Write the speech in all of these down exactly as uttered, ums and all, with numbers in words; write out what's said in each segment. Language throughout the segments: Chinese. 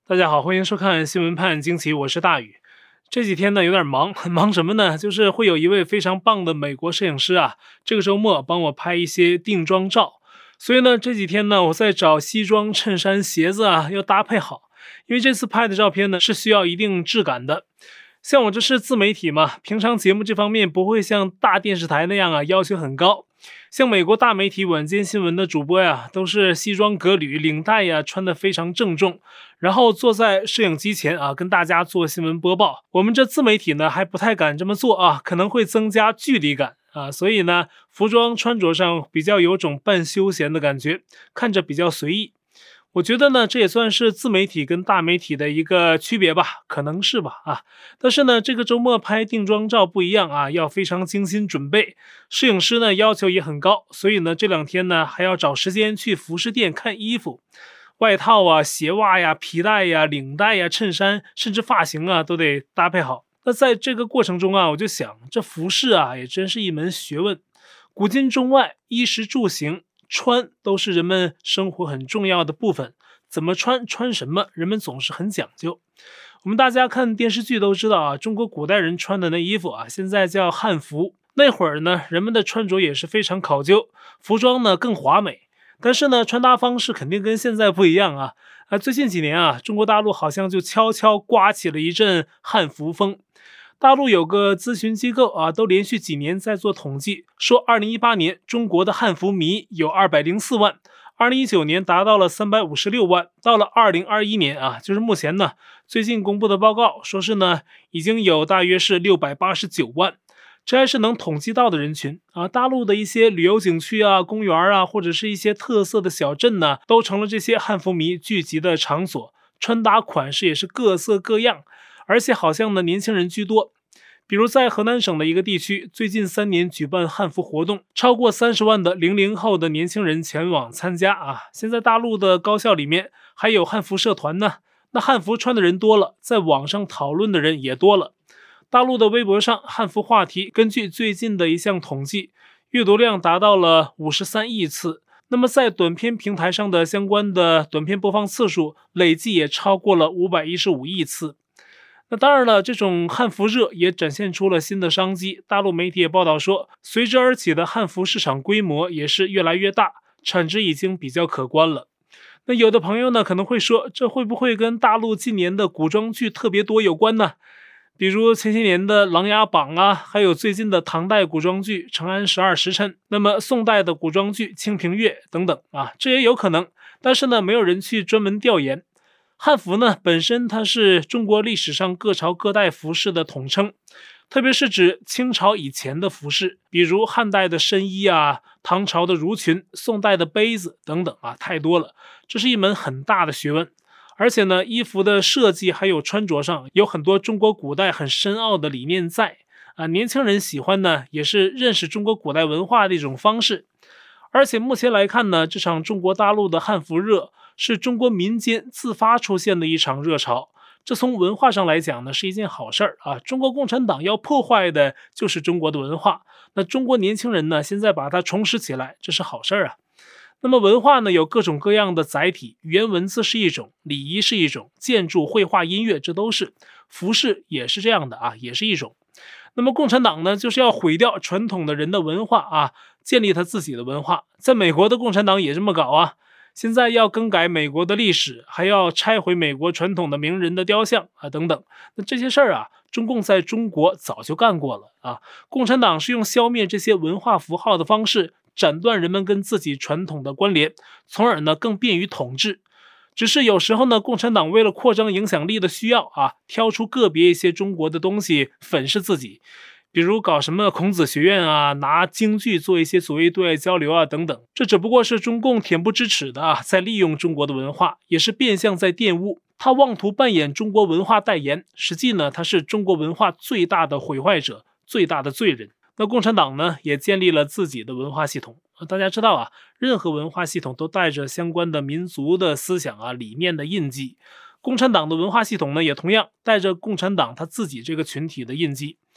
大家好，欢迎收看新闻判惊奇，我是大宇。这几天呢有点忙，忙什么呢？就是会有一位非常棒的美国摄影师啊，这个周末帮我拍一些定妆照。所以呢这几天呢我在找西装、衬衫、鞋子啊要搭配好，因为这次拍的照片呢是需要一定质感的。像我这是自媒体嘛，平常节目这方面不会像大电视台那样啊要求很高。像美国大媒体晚间新闻的主播呀，都是西装革履，领带呀穿得非常郑重，然后坐在摄影机前啊跟大家做新闻播报。我们这自媒体呢还不太敢这么做啊，可能会增加距离感啊，所以呢服装穿着上比较有种半休闲的感觉，看着比较随意。我觉得呢这也算是自媒体跟大媒体的一个区别吧，可能是吧啊。但是呢这个周末拍定妆照不一样啊，要非常精心准备，摄影师呢要求也很高，所以呢这两天呢还要找时间去服饰店看衣服，外套啊、鞋袜呀、皮带呀、领带呀、衬衫，甚至发型啊都得搭配好。那在这个过程中啊，我就想这服饰啊也真是一门学问，古今中外，衣食住行穿都是人们生活很重要的部分，怎么穿穿什么人们总是很讲究。我们大家看电视剧都知道啊，中国古代人穿的那衣服啊现在叫汉服。那会儿呢人们的穿着也是非常考究，服装呢更华美，但是呢穿搭方式肯定跟现在不一样啊。啊最近几年啊中国大陆好像就悄悄刮起了一阵汉服风。大陆有个咨询机构啊，都连续几年在做统计，说二零一八年中国的汉服迷有二百零四万，二零一九年达到了三百五十六万，到了二零二一年啊，就是目前呢，最近公布的报告说是呢，已经有大约是六百八十九万，这还是能统计到的人群啊。大陆的一些旅游景区啊、公园啊，或者是一些特色的小镇呢，都成了这些汉服迷聚集的场所，穿搭款式也是各色各样。而且好像呢年轻人居多，比如在河南省的一个地区，最近三年举办汉服活动，超过三十万的零零后的年轻人前往参加啊。现在大陆的高校里面还有汉服社团呢，那汉服穿的人多了，在网上讨论的人也多了。大陆的微博上汉服话题根据最近的一项统计，阅读量达到了五十三亿次。那么在短片平台上的相关的短片播放次数累计也超过了五百一十五亿次。那当然了，这种汉服热也展现出了新的商机。大陆媒体也报道说，随之而起的汉服市场规模也是越来越大，产值已经比较可观了。那有的朋友呢可能会说，这会不会跟大陆近年的古装剧特别多有关呢？比如前些年的《琅琊榜》啊，还有最近的唐代古装剧《长安十二时辰》，那么宋代的古装剧《清平乐》等等啊，这也有可能。但是呢，没有人去专门调研。汉服呢本身它是中国历史上各朝各代服饰的统称，特别是指清朝以前的服饰，比如汉代的深衣啊、唐朝的襦裙、宋代的杯子等等啊，太多了，这是一门很大的学问。而且呢，衣服的设计还有穿着上有很多中国古代很深奥的理念在啊，年轻人喜欢呢也是认识中国古代文化的一种方式。而且目前来看呢，这场中国大陆的汉服热是中国民间自发出现的一场热潮，这从文化上来讲呢是一件好事儿啊。中国共产党要破坏的就是中国的文化，那中国年轻人呢现在把它重拾起来，这是好事儿啊。那么文化呢有各种各样的载体，语言文字是一种，礼仪是一种，建筑、绘画、音乐这都是，服饰也是这样的啊，也是一种。那么共产党呢就是要毁掉传统的人的文化啊，建立他自己的文化。在美国的共产党也这么搞啊，现在要更改美国的历史，还要拆毁美国传统的名人的雕像啊等等。那这些事儿啊，中共在中国早就干过了啊。共产党是用消灭这些文化符号的方式，斩断人们跟自己传统的关联，从而呢更便于统治。只是有时候呢，共产党为了扩张影响力的需要啊，挑出个别一些中国的东西粉饰自己，比如搞什么孔子学院啊，拿京剧做一些所谓对外交流啊等等。这只不过是中共恬不知耻的啊，在利用中国的文化，也是变相在玷污。他妄图扮演中国文化代言，实际呢他是中国文化最大的毁坏者，最大的罪人。那共产党呢也建立了自己的文化系统。大家知道啊，任何文化系统都带着相关的民族的思想啊、理念的印记。共产党的文化系统呢也同样带着共产党他自己这个群体的印记。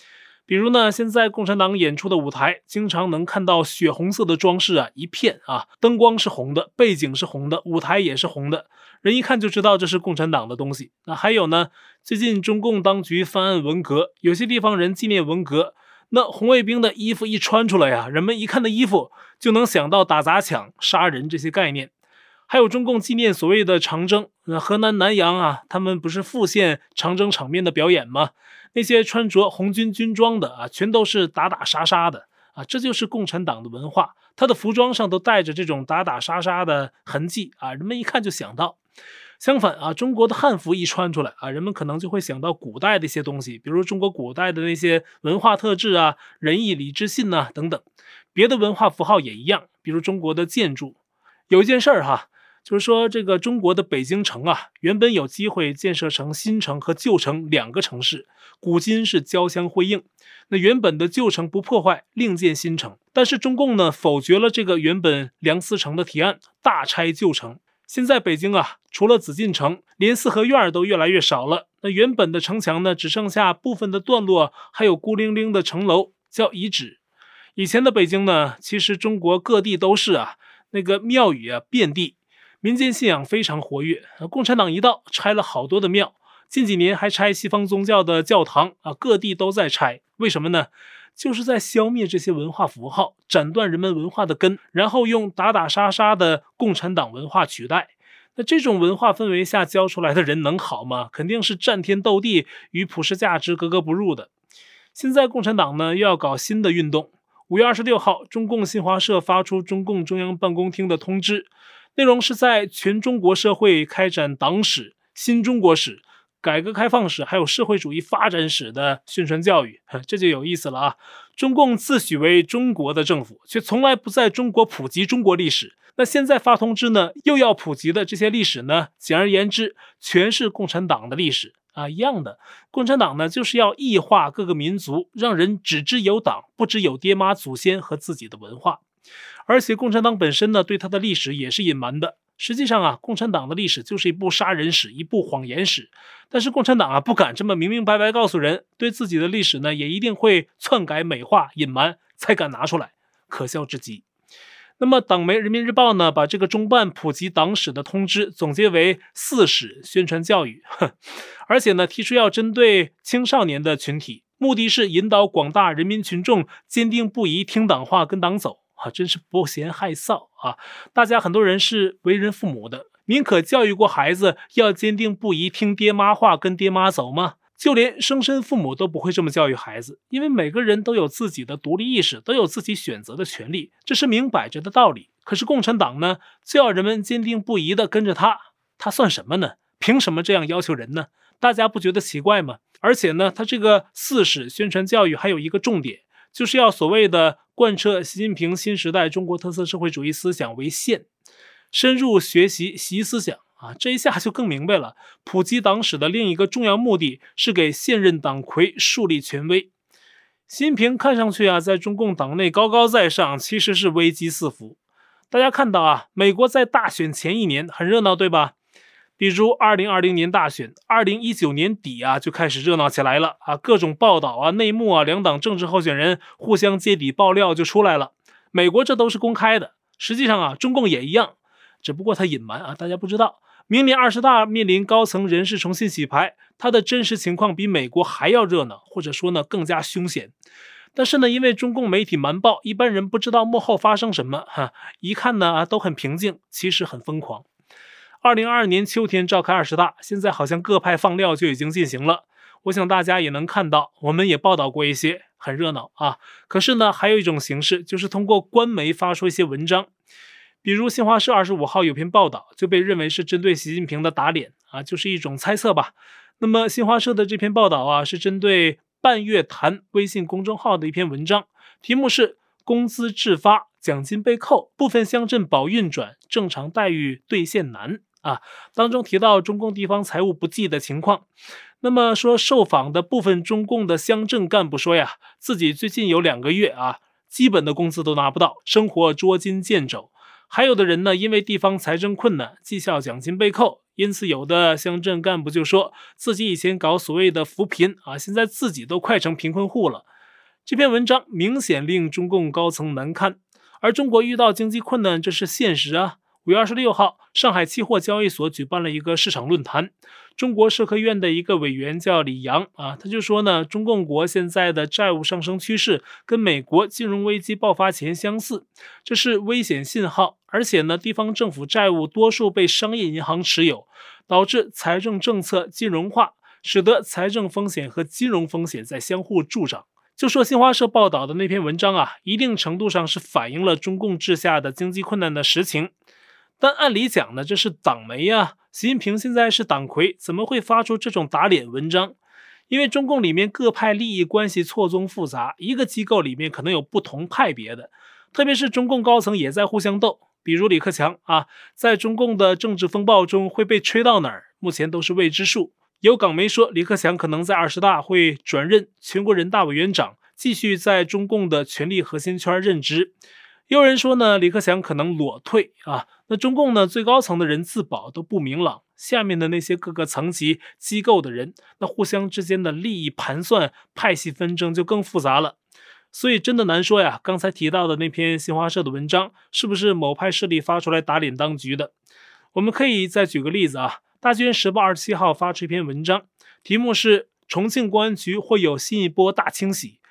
比如呢，现在共产党演出的舞台，经常能看到血红色的装饰啊，一片啊，灯光是红的，背景是红的，舞台也是红的，人一看就知道这是共产党的东西。那还有呢，最近中共当局翻案文革，有些地方人纪念文革，那红卫兵的衣服一穿出来呀，人们一看那衣服就能想到打砸抢、杀人这些概念。还有中共纪念所谓的长征，呃，河南南阳啊，他们不是复现长征场面的表演吗？那些穿着红军军装的啊，全都是打打杀杀的啊，这就是共产党的文化，他的服装上都带着这种打打杀杀的痕迹啊，人们一看就想到。相反啊，中国的汉服一穿出来啊，人们可能就会想到古代的一些东西，比如中国古代的那些文化特质啊、仁义礼智信啊等等。别的文化符号也一样，比如中国的建筑。有一件事儿哈，就是说这个中国的北京城啊，原本有机会建设成新城和旧城两个城市，古今是交相辉映。那原本的旧城不破坏，另建新城，但是中共呢否决了这个原本梁思成的提案，大拆旧城。现在北京啊，除了紫禁城，连四合院都越来越少了。那原本的城墙呢，只剩下部分的段落，还有孤零零的城楼，叫遗址。以前的北京呢，其实中国各地都是啊，那个庙宇啊遍地，民间信仰非常活跃。共产党一到，拆了好多的庙，近几年还拆西方宗教的教堂啊，各地都在拆。为什么呢？就是在消灭这些文化符号，斩断人们文化的根，然后用打打杀杀的共产党文化取代。那这种文化氛围下教出来的人能好吗？肯定是战天斗地，与普世价值格格不入的。现在共产党呢又要搞新的运动。五月二十六号，中共新华社发出中共中央办公厅的通知，内容是在全中国社会开展党史、新中国史、改革开放史还有社会主义发展史的宣传教育。这就有意思了啊！中共自诩为中国的政府，却从来不在中国普及中国历史。那现在发通知呢，又要普及的这些历史呢，简而言之，全是共产党的历史啊！一样的，共产党呢，就是要异化各个民族，让人只知有党，不知有爹妈祖先和自己的文化。而且共产党本身呢，对它的历史也是隐瞒的。实际上啊，共产党的历史就是一部杀人史，一部谎言史。但是共产党啊，不敢这么明明白白告诉人，对自己的历史呢，也一定会篡改、美化、隐瞒，才敢拿出来，可笑至极。那么党媒《人民日报》呢，把这个中办普及党史的通知总结为四史宣传教育，而且呢，提出要针对青少年的群体，目的是引导广大人民群众坚定不移听党话、跟党走。啊，真是不嫌害臊啊！大家很多人是为人父母的，您可教育过孩子要坚定不移听爹妈话，跟爹妈走吗？就连生身父母都不会这么教育孩子，因为每个人都有自己的独立意识，都有自己选择的权利，这是明摆着的道理。可是共产党呢，就要人们坚定不移的跟着他，他算什么呢？凭什么这样要求人呢？大家不觉得奇怪吗？而且呢，他这个四史宣传教育还有一个重点，就是要所谓的贯彻习近平新时代中国特色社会主义思想为线，深入学习习思想啊，这一下就更明白了。普及党史的另一个重要目的是给现任党魁树立权威。习近平看上去啊，在中共党内高高在上，其实是危机四伏。大家看到啊，美国在大选前一年很热闹，对吧？比如二零二零年大选，二零一九年底啊就开始热闹起来了啊，各种报道啊、内幕啊，两党政治候选人互相揭底爆料就出来了。美国这都是公开的，实际上啊，中共也一样，只不过他隐瞒啊，大家不知道。明年二十大面临高层人事重新洗牌，它的真实情况比美国还要热闹，或者说呢更加凶险。但是呢，因为中共媒体瞒报，一般人不知道幕后发生什么，哈，一看呢都很平静，其实很疯狂。二零二二年秋天召开二十大，现在好像各派放料就已经进行了。我想大家也能看到，我们也报道过一些，很热闹啊。可是呢，还有一种形式，就是通过官媒发出一些文章，比如新华社二十五号有篇报道，就被认为是针对习近平的打脸啊，就是一种猜测吧。那么新华社的这篇报道啊，是针对半月谈微信公众号的一篇文章，题目是工资滞发，奖金被扣，部分乡镇保运转，正常待遇兑现难。啊，当中提到中共地方财务不济的情况。那么说，受访的部分中共的乡镇干部说呀，自己最近有两个月啊，基本的工资都拿不到，生活捉襟见肘。还有的人呢，因为地方财政困难，绩效奖金被扣，因此有的乡镇干部就说自己以前搞所谓的扶贫啊，现在自己都快成贫困户了。 这篇文章明显令中共高层难堪，而中国遇到经济困难，这是现实啊。五月二十六号，上海期货交易所举办了一个市场论坛，中国社科院的一个委员叫李阳啊，他就说呢，中共国现在的债务上升趋势跟美国金融危机爆发前相似，这是危险信号，而且呢，地方政府债务多数被商业银行持有，导致财政政策金融化，使得财政风险和金融风险在相互助长。就说新华社报道的那篇文章啊，一定程度上是反映了中共治下的经济困难的实情。但按理讲呢，这是党媒啊，习近平现在是党魁，怎么会发出这种打脸文章？因为中共里面各派利益关系错综复杂，一个机构里面可能有不同派别的，特别是中共高层也在互相斗。比如李克强啊，在中共的政治风暴中会被吹到哪儿，目前都是未知数。有港媒说，李克强可能在二十大会转任全国人大委员长，继续在中共的权力核心圈任职。也有人说呢，李克强可能裸退啊。那中共呢，最高层的人自保都不明朗，下面的那些各个层级机构的人，那互相之间的利益盘算、派系纷争就更复杂了。所以真的难说呀，刚才提到的那篇新华社的文章，是不是某派势力发出来打脸当局的？我们可以再举个例子啊，大纪元时报二十七号发出一篇文章，题目是重庆公安局会有新一波大清洗，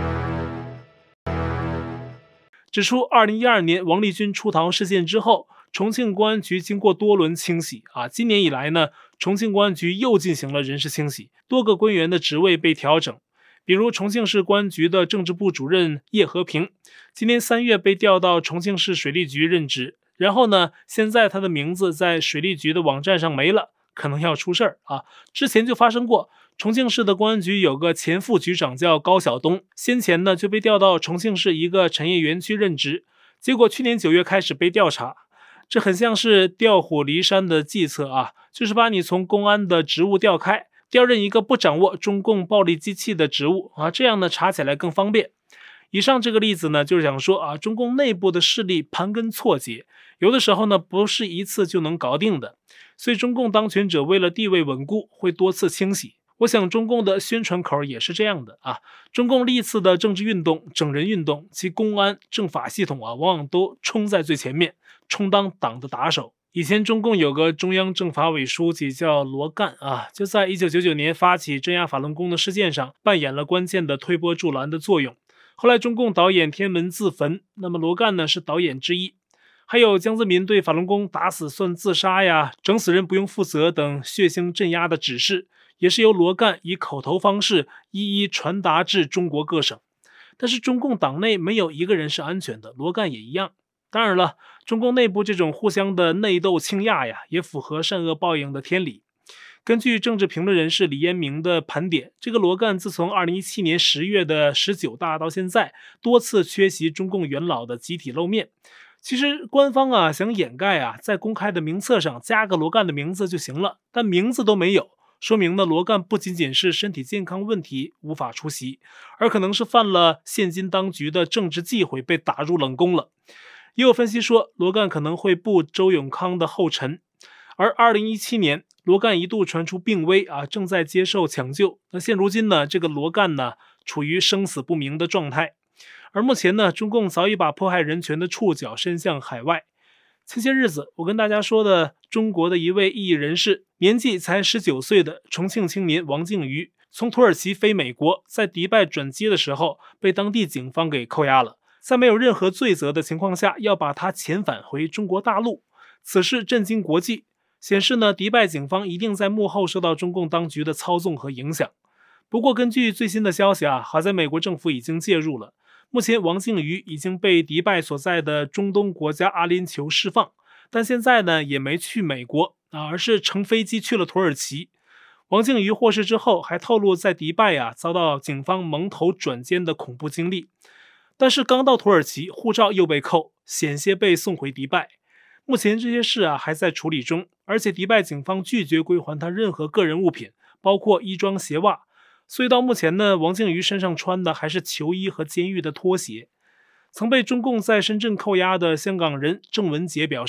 指出二零一二年王立军出逃事件之后，重庆公安局经过多轮清洗啊，今年以来呢，重庆公安局又进行了人事清洗，多个官员的职位被调整。比如重庆市公安局的政治部主任叶和平，今年三月被调到重庆市水利局任职，然后呢，现在他的名字在水利局的网站上没了，可能要出事儿啊。之前就发生过，重庆市的公安局有个前副局长叫高晓东，先前呢就被调到重庆市一个产业园区任职，结果去年九月开始被调查。这很像是调虎离山的计策啊，就是把你从公安的职务调开，调任一个不掌握中共暴力机器的职务啊，这样呢查起来更方便。以上这个例子呢，就是想说啊，中共内部的势力盘根错节，有的时候呢不是一次就能搞定的，所以中共当权者为了地位稳固，会多次清洗。我想中共的宣传口也是这样的啊，中共历次的政治运动、整人运动，其公安、政法系统啊，往往都冲在最前面，充当党的打手。以前中共有个中央政法委书记叫罗干啊，就在一九九九年发起镇压法轮功的事件上扮演了关键的推波助澜的作用。后来中共导演天安门自焚，那么罗干呢是导演之一。还有江泽民对法轮功打死算自杀呀，整死人不用负责等血腥镇压的指示，也是由罗干以口头方式一一传达至中国各省。但是中共党内没有一个人是安全的，罗干也一样。当然了，中共内部这种互相的内斗倾轧呀，也符合善恶报应的天理。根据政治评论人士李彦明的盘点，这个罗干自从二零一七年十月的十九大到现在，多次缺席中共元老的集体露面。其实官方啊想掩盖啊，在公开的名册上加个罗干的名字就行了，但名字都没有，说明呢罗干不仅仅是身体健康问题无法出席，而可能是犯了现今当局的政治忌讳，被打入冷宫了。也有分析说，罗干可能会步周永康的后尘。而二零一七年，罗干一度传出病危啊，正在接受抢救。那现如今呢，这个罗干呢，处于生死不明的状态。而目前呢，中共早已把迫害人权的触角伸向海外。前些日子，我跟大家说的中国的一位异议人士，年纪才十九岁的重庆青年王靖瑜，从土耳其飞美国，在迪拜转机的时候，被当地警方给扣押了。在没有任何罪责的情况下，要把他遣返回中国大陆，此事震惊国际，显示呢，迪拜警方一定在幕后受到中共当局的操纵和影响。不过根据最新的消息啊，好在美国政府已经介入了，目前王靖瑜已经被迪拜所在的中东国家阿联酋释放，但现在呢也没去美国啊，而是乘飞机去了土耳其。王靖瑜获释之后还透露，在迪拜啊遭到警方蒙头转奸的恐怖经历。但是刚到土耳其，护照又被扣，险些被送回迪拜。目前这些事啊还在处理中，而且迪拜警方拒绝归还他任何个人物品，包括衣装鞋袜。所以到目前呢，王靖瑜身上穿的还是球衣和监狱的拖鞋。曾被中共在深圳扣押的香港人郑文杰表示，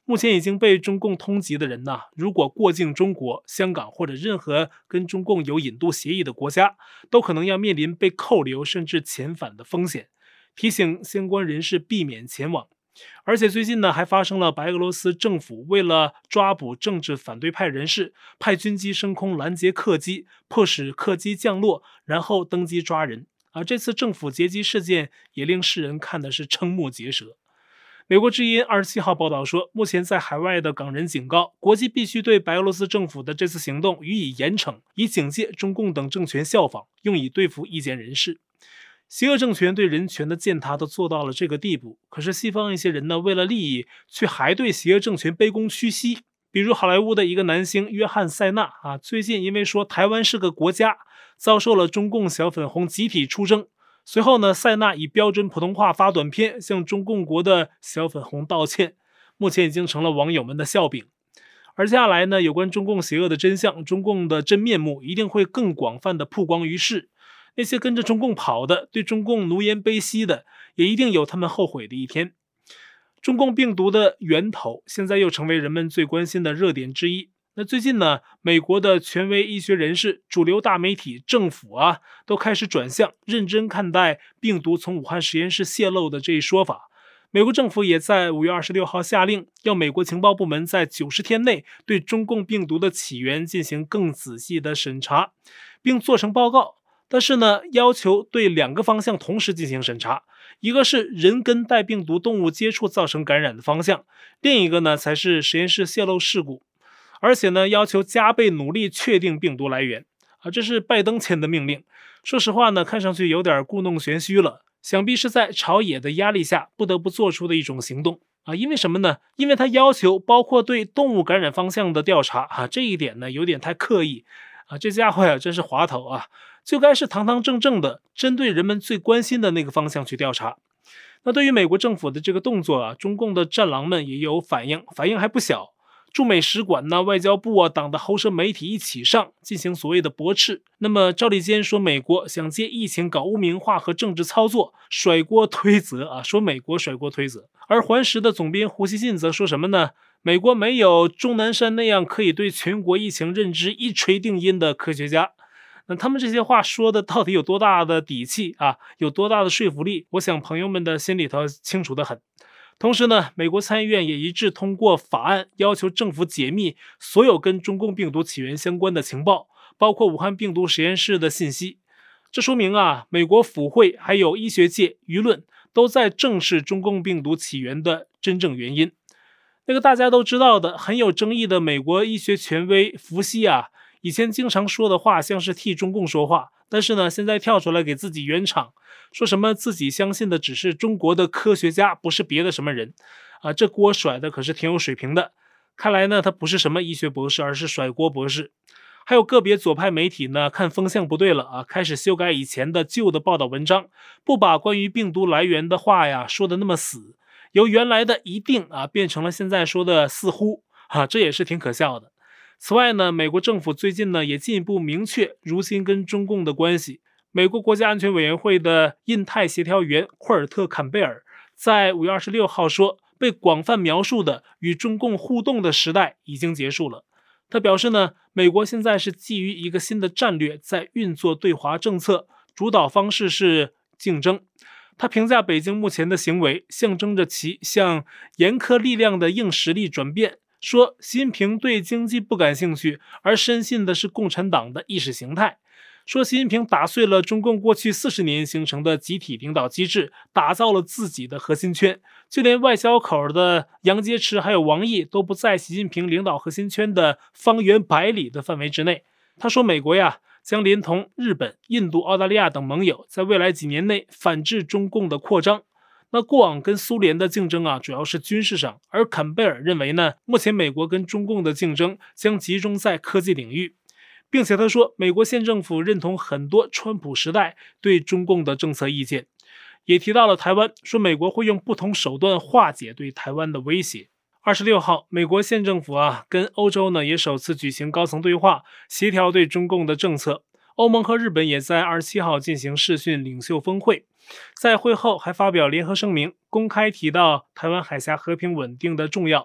目前已经被中共通缉的人呢，如果过境中国、香港或者任何跟中共有引渡协议的国家，都可能要面临被扣留甚至遣返的风险，提醒相关人士避免前往。而且最近呢，还发生了白俄罗斯政府为了抓捕政治反对派人士，派军机升空拦截客机，迫使客机降落，然后登机抓人。啊，这次政府劫机事件也令世人看的是瞠目结舌。美国之音二十七号报道说，目前在海外的港人警告，国际必须对白俄罗斯政府的这次行动予以严惩，以警戒中共等政权效仿，用以对付异见人士。邪恶政权对人权的践踏都做到了这个地步，可是西方一些人呢，为了利益，却还对邪恶政权卑躬屈膝。比如好莱坞的一个男星约翰·塞纳啊，最近因为说台湾是个国家，遭受了中共小粉红集体出征。随后呢，塞纳以标准普通话发短片向中共国的小粉红道歉，目前已经成了网友们的笑柄。而接下来呢，有关中共邪恶的真相，中共的真面目一定会更广泛的曝光于世。那些跟着中共跑的，对中共奴颜卑膝的，也一定有他们后悔的一天。中共病毒的源头现在又成为人们最关心的热点之一。那最近呢，美国的权威医学人士、主流大媒体、政府啊，都开始转向认真看待病毒从武汉实验室泄露的这一说法。美国政府也在五月二十六号下令，要美国情报部门在九十天内对中共病毒的起源进行更仔细的审查，并做成报告。但是呢，要求对两个方向同时进行审查，一个是人跟带病毒动物接触造成感染的方向，另一个呢才是实验室泄露事故。而且呢，要求加倍努力确定病毒来源啊，这是拜登签的命令。说实话呢，看上去有点故弄玄虚了，想必是在朝野的压力下不得不做出的一种行动啊。因为什么呢？因为他要求包括对动物感染方向的调查啊，这一点呢有点太刻意啊。这家伙呀，真是滑头啊！就该是堂堂正正的针对人们最关心的那个方向去调查。那对于美国政府的这个动作啊，中共的战狼们也有反应，反应还不小。驻美使馆呢、外交部啊、党的喉舌媒体一起上，进行所谓的驳斥。那么赵立坚说，美国想借疫情搞污名化和政治操作，甩锅推责啊，说美国甩锅推责。而环时的总编胡锡进则说什么呢？美国没有钟南山那样可以对全国疫情认知一锤定音的科学家。那他们这些话说的到底有多大的底气啊？有多大的说服力？我想朋友们的心里头清楚得很。同时呢，美国参议院也一致通过法案，要求政府解密所有跟中共病毒起源相关的情报，包括武汉病毒实验室的信息。这说明啊，美国府会还有医学界、舆论都在正视中共病毒起源的真正原因。那个大家都知道的很有争议的美国医学权威福西啊，以前经常说的话像是替中共说话，但是呢，现在跳出来给自己圆场，说什么自己相信的只是中国的科学家，不是别的什么人啊，这锅甩的可是挺有水平的。看来呢，他不是什么医学博士，而是甩锅博士。还有个别左派媒体呢，看风向不对了啊，开始修改以前的旧的报道文章，不把关于病毒来源的话呀说的那么死，由原来的一定啊变成了现在说的似乎啊，这也是挺可笑的。此外呢，美国政府最近呢也进一步明确如今跟中共的关系。美国国家安全委员会的印太协调员库尔特·坎贝尔在五月二十六号说，被广泛描述的与中共互动的时代已经结束了。他表示呢，美国现在是基于一个新的战略在运作对华政策，主导方式是竞争。他评价北京目前的行为象征着其向严苛力量的硬实力转变，说习近平对经济不感兴趣，而深信的是共产党的意识形态。说习近平打碎了中共过去四十年形成的集体领导机制，打造了自己的核心圈，就连外交口的杨洁篪还有王毅都不在习近平领导核心圈的方圆百里的范围之内。他说美国呀将连同日本、印度、澳大利亚等盟友在未来几年内反制中共的扩张。那过往跟苏联的竞争啊主要是军事上，而坎贝尔认为呢，目前美国跟中共的竞争将集中在科技领域。并且他说，美国县政府认同很多川普时代对中共的政策意见，也提到了台湾，说美国会用不同手段化解对台湾的威胁。二十六号，美国县政府啊跟欧洲呢也首次举行高层对话，协调对中共的政策。欧盟和日本也在二十七号进行视讯领袖峰会，在会后还发表联合声明，公开提到台湾海峡和平稳定的重要。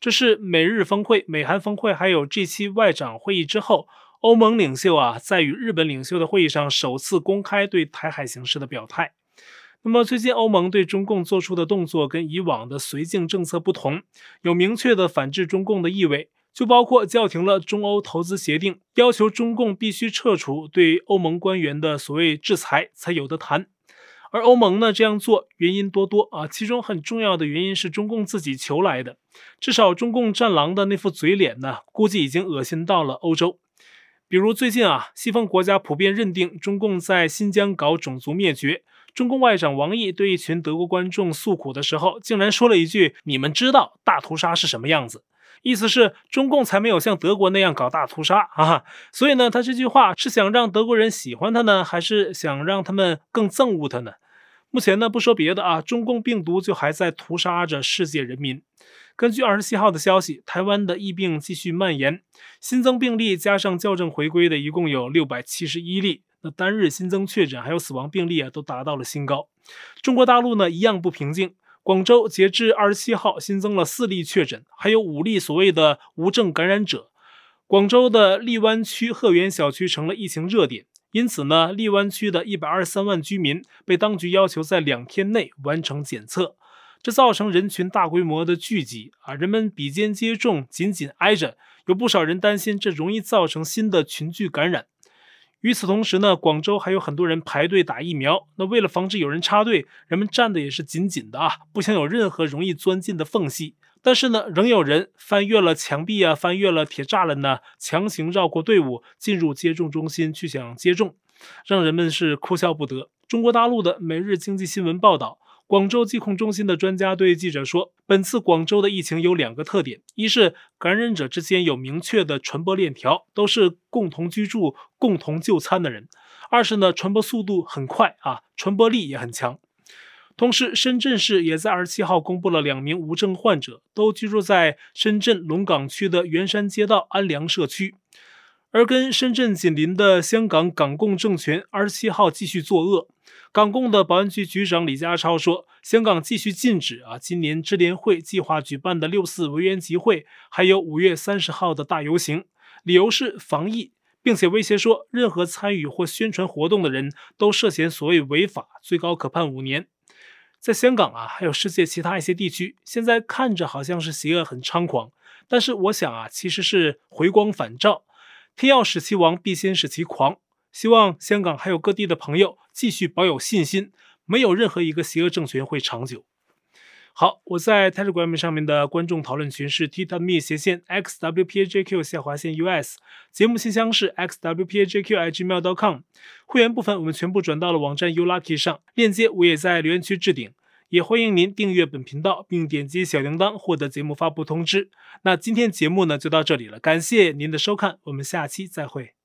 这是美日峰会、美韩峰会还有 G 七 外长会议之后，欧盟领袖啊在与日本领袖的会议上首次公开对台海形势的表态。那么最近欧盟对中共做出的动作跟以往的绥靖政策不同，有明确的反制中共的意味，就包括叫停了中欧投资协定，要求中共必须撤除对欧盟官员的所谓制裁才有得谈。而欧盟呢这样做原因多多啊，其中很重要的原因是中共自己求来的，至少中共战狼的那副嘴脸呢，估计已经恶心到了欧洲。比如最近啊，西方国家普遍认定中共在新疆搞种族灭绝，中共外长王毅对一群德国观众诉苦的时候，竟然说了一句：“你们知道大屠杀是什么样子？”意思是中共才没有像德国那样搞大屠杀啊。所以呢，他这句话是想让德国人喜欢他呢，还是想让他们更憎恶他呢？目前呢，不说别的啊，中共病毒就还在屠杀着世界人民。根据二十七号的消息，台湾的疫病继续蔓延，新增病例加上校正回归的一共有六百七十一例，那单日新增确诊还有死亡病例啊，都达到了新高。中国大陆呢一样不平静，广州截至二十七号新增了四例确诊，还有五例所谓的无症感染者。广州的荔湾区鹤园小区成了疫情热点。因此呢，荔湾区的一百二十三万居民被当局要求在两天内完成检测，这造成人群大规模的聚集啊，人们比肩接种，紧紧挨着，有不少人担心这容易造成新的群聚感染。与此同时呢，广州还有很多人排队打疫苗，那为了防止有人插队，人们站的也是紧紧的啊，不想有任何容易钻进的缝隙。但是呢，仍有人翻越了墙壁啊，翻越了铁栅栏呢，强行绕过队伍进入接种中心去想接种，让人们是哭笑不得。中国大陆的每日经济新闻报道，广州疾控中心的专家对记者说，本次广州的疫情有两个特点，一是感染者之间有明确的传播链条，都是共同居住、共同就餐的人；二是呢，传播速度很快啊，传播力也很强。同时，深圳市也在二十七号公布了两名无症患者，都居住在深圳龙岗区的元山街道安良社区。而跟深圳紧邻的香港港共政权二十七号继续作恶。港共的保安局局长李家超说，香港继续禁止啊今年支联会计划举办的六四维园集会，还有五月三十号的大游行，理由是防疫，并且威胁说，任何参与或宣传活动的人都涉嫌所谓违法，最高可判五年。在香港啊，还有世界其他一些地区，现在看着好像是邪恶很猖狂，但是我想啊，其实是回光返照，天要使其亡，必先使其狂。希望香港还有各地的朋友继续保有信心，没有任何一个邪恶政权会长久。好，我在 Telegram 上面的观众讨论群是 t.me 斜线 xwpajq 下划线 us， 节目信箱是 xwpajq at gmail dot com， 会员部分我们全部转到了网站 YouLucky 上，链接我也在留言区置顶，也欢迎您订阅本频道并点击小铃铛获得节目发布通知。那今天节目呢就到这里了，感谢您的收看，我们下期再会。